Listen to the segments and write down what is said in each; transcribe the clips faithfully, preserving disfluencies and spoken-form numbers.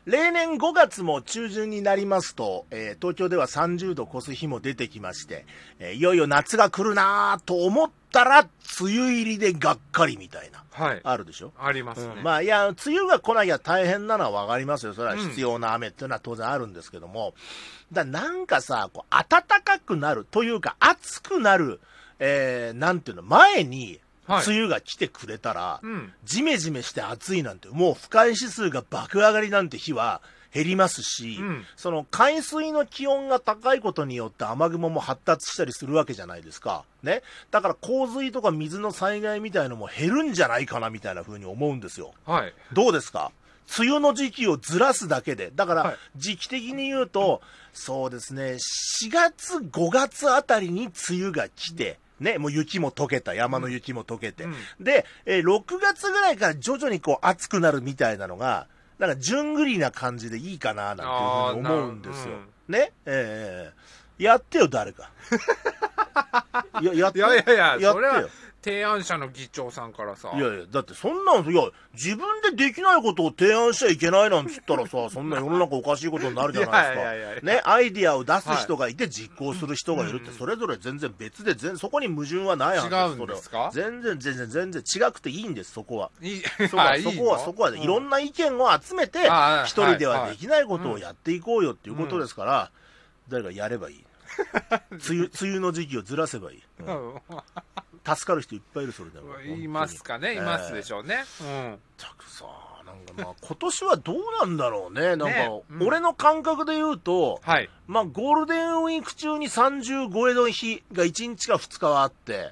例年ごがつも中旬になりますと、えー、東京ではさんじゅうど超す日も出てきまして、えー、いよいよ夏が来るなーと思ったら、梅雨入りでがっかりみたいな。はい。あるでしょ？ ありますね。 うん、まあ、いや、梅雨が来なきゃ大変なのはわかりますよ。それは必要な雨っていうのは当然あるんですけども。うん、だなんかさ、こう暖かくなるというか、暑くなる、えー、なんていうの、前に、梅雨が来てくれたら、はい、うん、ジメジメして暑いなんて、もう不快指数が爆上がりなんて日は減りますし、うん、その海水の気温が高いことによって雨雲も発達したりするわけじゃないですか。ね。だから洪水とか水の災害みたいのも減るんじゃないかなみたいな風に思うんですよ。はい。どうですか？梅雨の時期をずらすだけで。だから、時期的に言うと、はい、そうですね、しがつ、ごがつあたりに梅雨が来て、ね、もう雪も溶けた、山の雪も溶けて。うん、で、えー、ろくがつぐらいから徐々にこう暑くなるみたいなのが、なんか順繰りな感じでいいかな、なんていうふうに思うんですよ。うん、ね、えー、やってよ、誰か。や、やってよ。 いやいやいや、やってよ。それは提案者の議長さんからさ。 いやいや、だってそんなの、いや、自分でできないことを提案しちゃいけないなんつったらさ、そんな世の中おかしいことになるじゃないですか。いやいやいやね、アイディアを出す人がいて実行する人がいるって、それぞれ全然別で、全そこに矛盾はないはずです。 違うんですか？ 全然、全然、全然違くていいんです、そこは。いいそこは、そこは、そこは、いろんな意見を集めて、一人ではできないことをやっていこうよっていうことですから、誰かやればいい。梅雨、梅雨の時期をずらせばいい。うん、助かる人いっぱいいる、それでも。 いますかね、いますでしょうね。うん。 たくさん、なんかまあ、今年はどうなんだろうね。なんか、ね、うん、俺の感覚で言うと、はい、まあ、ゴールデンウィーク中にさんじゅうごえの日がいちにちかふつかはあって、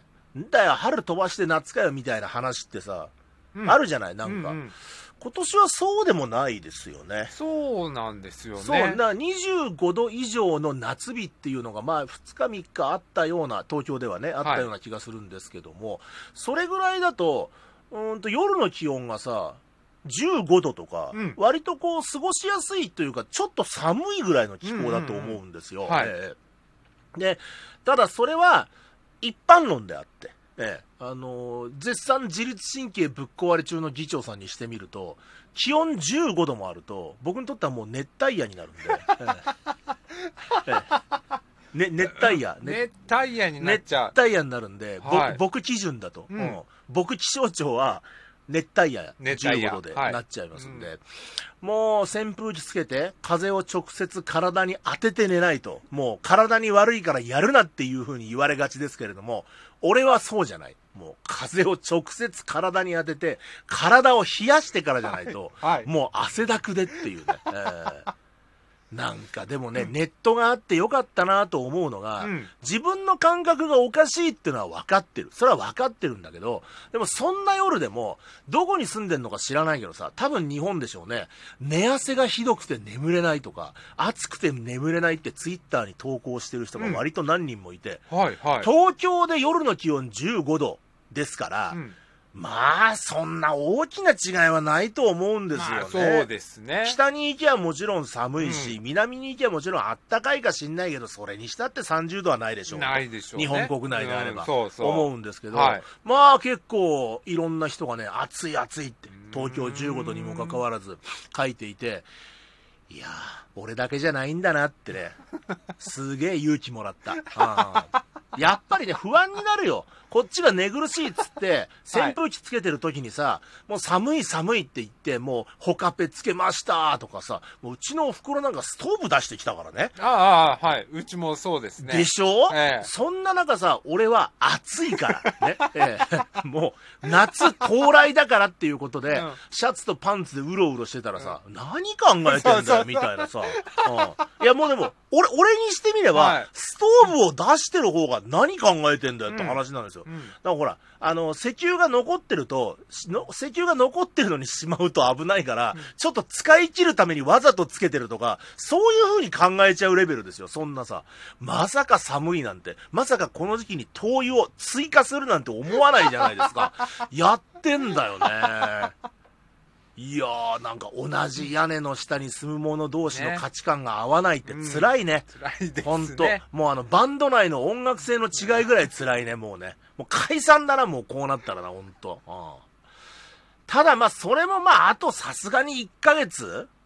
んだよ、春飛ばして夏かよみたいな話ってさ、うん、あるじゃない、なんか。うんうん、今年はそうでもないですよね。 そうなんですよね。 そうな、にじゅうごど以上の夏日っていうのが、まあ、ふつかみっかあったような、東京ではね、あったような気がするんですけども、はい、それぐらいだと、うんと、夜の気温がさ、じゅうごどとか、うん、割とこう、過ごしやすいというか、ちょっと寒いぐらいの気候だと思うんですよ。で、ただそれは、一般論であって、ええ、あのー、絶賛自律神経ぶっ壊れ中の議長さんにしてみると、気温じゅうごどもあると、僕にとってはもう熱帯夜になるんで、ええええね、熱帯夜、 ね、熱帯夜になっちゃう。 熱帯夜になるんで、はい、僕基準だと、うんうん、僕気象庁は熱帯夜じゅうごどでなっちゃいますんで、はい、うん、もう扇風機つけて風を直接体に当てて寝ないと、もう体に悪いからやるなっていう風に言われがちですけれども、俺はそうじゃない。もう風を直接体に当てて体を冷やしてからじゃないと、はいはい、もう汗だくでっていうね、えーなんかでもね、うん、ネットがあってよかったなと思うのが、うん、自分の感覚がおかしいっていうのは分かってる。それは分かってるんだけど、でもそんな夜でも、どこに住んでんのか知らないけどさ、多分日本でしょうね。寝汗がひどくて眠れないとか、暑くて眠れないってツイッターに投稿してる人が割と何人もいて、うんはいはい、東京で夜の気温じゅうごどですから、うんまあ、そんな大きな違いはないと思うんですよね。まあ、 そうですね。 北に行きゃもちろん寒いし、うん、南に行きゃもちろん暖かいか知んないけど、それにしたってさんじゅうどはないでしょう。 ないでしょうね。 日本国内であれば。 うん、そうそう思うんですけど、 はい、 まあ結構いろんな人がね、暑い暑いって、東京じゅうごどにもかかわらず書いていて、いやー、俺だけじゃないんだなってね、すげえ勇気もらった。あやっぱりね、不安になるよ。こっちが寝苦しいっつって、扇風機つけてる時にさ、はい、もう寒い寒いって言って、もう、ホカペつけましたとかさ、もううちのお袋なんかストーブ出してきたからね。 ああ、はい。うちもそうですね。 でしょ、 ええ、 そんな中さ、俺は暑いから、ね。ええ、もう、夏到来だからっていうことで、うん、シャツとパンツでうろうろしてたらさ、うん、何考えてんだよ、みたいなさ。うん、いや、もうでも、俺、俺にしてみれば、はい、ストーブを出してる方が何考えてんだよって話なんですよ。うんうん、だからほら、あの、石油が残ってると、の石油が残ってるのにしまうと危ないから、うん、ちょっと使い切るためにわざとつけてるとか、そういう風に考えちゃうレベルですよ、そんなさ。まさか寒いなんて、まさかこの時期に灯油を追加するなんて思わないじゃないですか。やってんだよね。いやー、なんか同じ屋根の下に住む者同士の価値観が合わないって辛いね。 うん、辛いですね。 ほんと。もうあの、バンド内の音楽性の違いぐらい辛いね、もうね。もう解散だな、もうこうなったらな、ほんと。うん、ただまあ、それもまあ、あとさすがにいっかげつ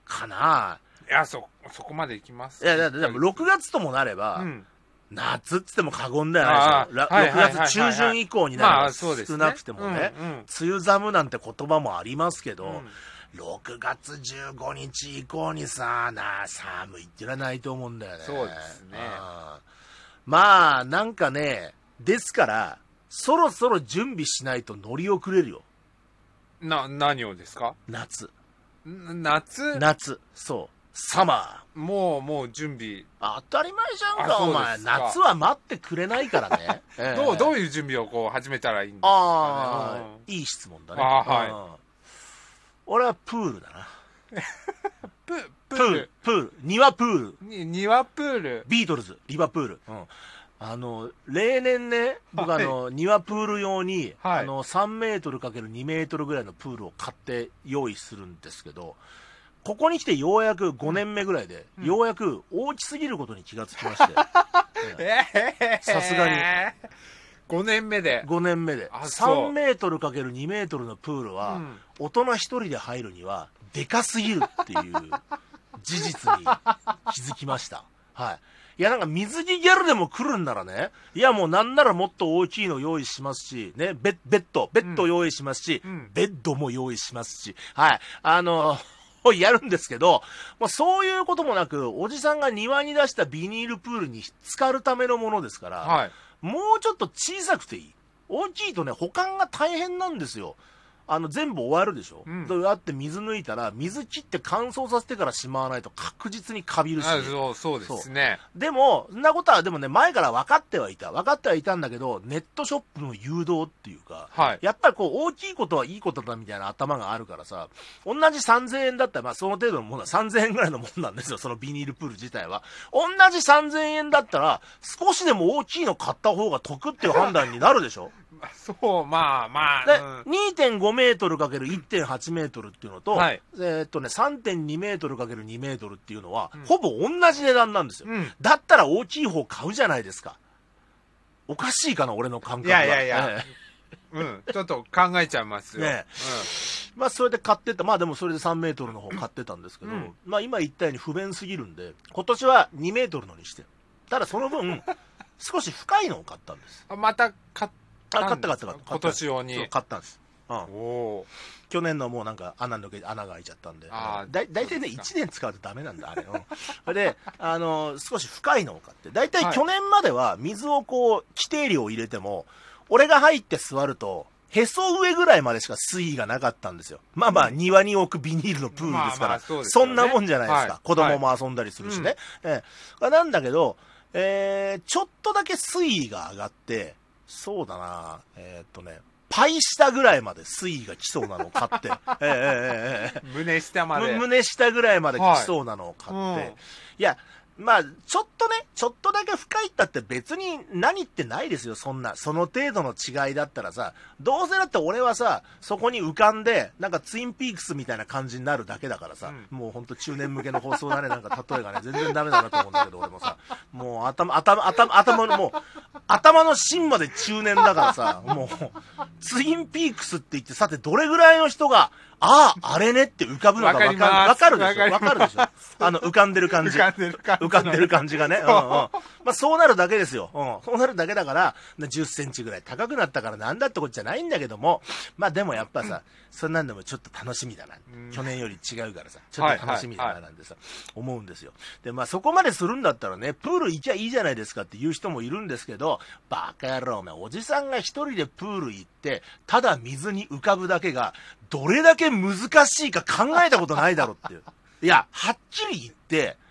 かな。 いや、そ、そこまで行きます。 いや、だってでもろくがつともなれば、 うん。 夏っつっても過言ではないでしょ。 はいはいはいはいろくがつ中旬以降になれまばあそうですね少なくてもね、 うんうん梅雨寒なんて言葉もありますけど、 うんろくがつじゅうごにち以降にさ、なあ、寒いっていうのはないと思うんだよね。 そうですね。 うん、まあ、なんかね、ですから、そろそろ準備しないと乗り遅れるよ。 な、何をですか？ 夏。 ん夏夏。そう。サマー。 もう、もう準備。 当たり前じゃんか、 あそうお前。 ですか夏は待ってくれないからね。ええどう、どういう準備をこう始めたらいいんですかね？ ああ、 うんいい質問だね。 あはいうん俺はプールだな。 プ、ププール、プール、庭プール、 に庭プール。 ビートルズ、リバプール。うん。あの、例年ね、僕あの、庭プール用に、 はいあの、さんメートルかけるにメートルぐらいのプールを買って用意するんですけど、ここに来てようやくごねんめぐらいで、 うんようやく大きすぎることに気がつきまして、 えさすがにごねんめで。 ごねんめで、 あそうさんメートルかけるにメートルのプールは、 うん大人一人で入るには、でかすぎるっていう事実に気づきました。はい。いや、なんか水着ギャルでも来るんならね、いやもうなんならもっと大きいの用意しますし、ね、ベッベッド、ベッド用意しますし、 うんベッドも用意しますし、はい。あの、やるんですけど、まあ、そういうこともなく、おじさんが庭に出したビニールプールに浸かるためのものですから、 はい。 もうちょっと小さくていい。大きいとね、保管が大変なんですよ。あの、全部終わるでしょ。 うんで、あって水抜いたら、水切って乾燥させてからしまわないと確実にカビるし。 あそう、そうですね。 でも、そんなことは、でもね、前から分かってはいた。分かってはいたんだけど、ネットショップの誘導っていうか、 はい。 やっぱりこう、大きいことはいいことだみたいな頭があるからさ、同じさんぜんえんだったら、まあ、その程度のものはさんぜんえんぐらいのもんなんですよ、そのビニールプール自体は。同じさんぜんえんだったら、少しでも大きいの買った方が得っていう判断になるでしょ。 そう、まあまあ。 で、 うんにてんごメートルかけるいってんはちメートルっていうのと、 はいえーっとね、さんてんにメートルかけるにメートルっていうのは、 うんほぼ同じ値段なんですよ。 うん。 だったら大きい方買うじゃないですか。おかしいかな、俺の感覚は。 いやいやいやえうん。ちょっと考えちゃいますよ。 ねえまあ、それで買ってた。まあ、でもそれでさんメートルの方買ってたんですけど、 うんまあ、今言ったように不便すぎるんで、今年はにメートルのにして。ただその分、少し深いのを買ったんです。 うん。また買ったあ、買んですかった買った買った。 今年用そうに。 買ったんです。うん。 おお去年のもうなんか穴抜け、穴が開いちゃったんで。 あーだい大体ね、 そうですかいちねん使うとダメなんだ、あれ。うんそれで、あのー少し深いのを買って。大体はい去年までは水をこう、規定量入れても、俺が入って座ると、へそ上ぐらいまでしか水位がなかったんですよ。まあまあ、庭に置くビニールのプールですから、 まあまあそうですそよねんなもんじゃないですか。 はい子供も遊んだりするしね。ええなんだけど、えー、ちょっとだけ水位が上がって、そうだな、えーっとね、パイ下ぐらいまで水位が来そうなのを買って、ええええええ胸下まで。 む胸下ぐらいまで来そうなのを買って、 はいうんいや、まあ、ちょっとね、ちょっとだけ深いったって別に何ってないですよ、そんな。その程度の違いだったらさ、どうせだって俺はさ、そこに浮かんで、なんかツインピークスみたいな感じになるだけだからさ、 うもうほんと中年向けの放送だね、なんか例えがね、全然ダメだなと思うんだけど、俺もさ、もう頭、頭、頭、頭のもう、頭の芯まで中年だからさ、もう、ツインピークスって言って、さてどれぐらいの人が、ああ、あれねって浮かぶのかわかる、わかるでしょわかるでしょあの、浮かんでる感じ。 浮かんでる感じ。 浮かんでる感じがね。うんうん。まあそうなるだけですよ。うん。そうなるだけだから、じゅっセンチぐらい高くなったからなんだってことじゃないんだけども、まあでもやっぱさ、そんなんでもちょっと楽しみだな。 うん去年より違うからさ、ちょっと楽しみだななんてさ、思うんですよ。で、まあそこまでするんだったらね、プール行きゃいいじゃないですかって言う人もいるんですけど、バカ野郎、お前、おじさんが一人でプール行って、ただ水に浮かぶだけが、どれだけ難しいか考えたことないだろっていう。いや、はっきり言って、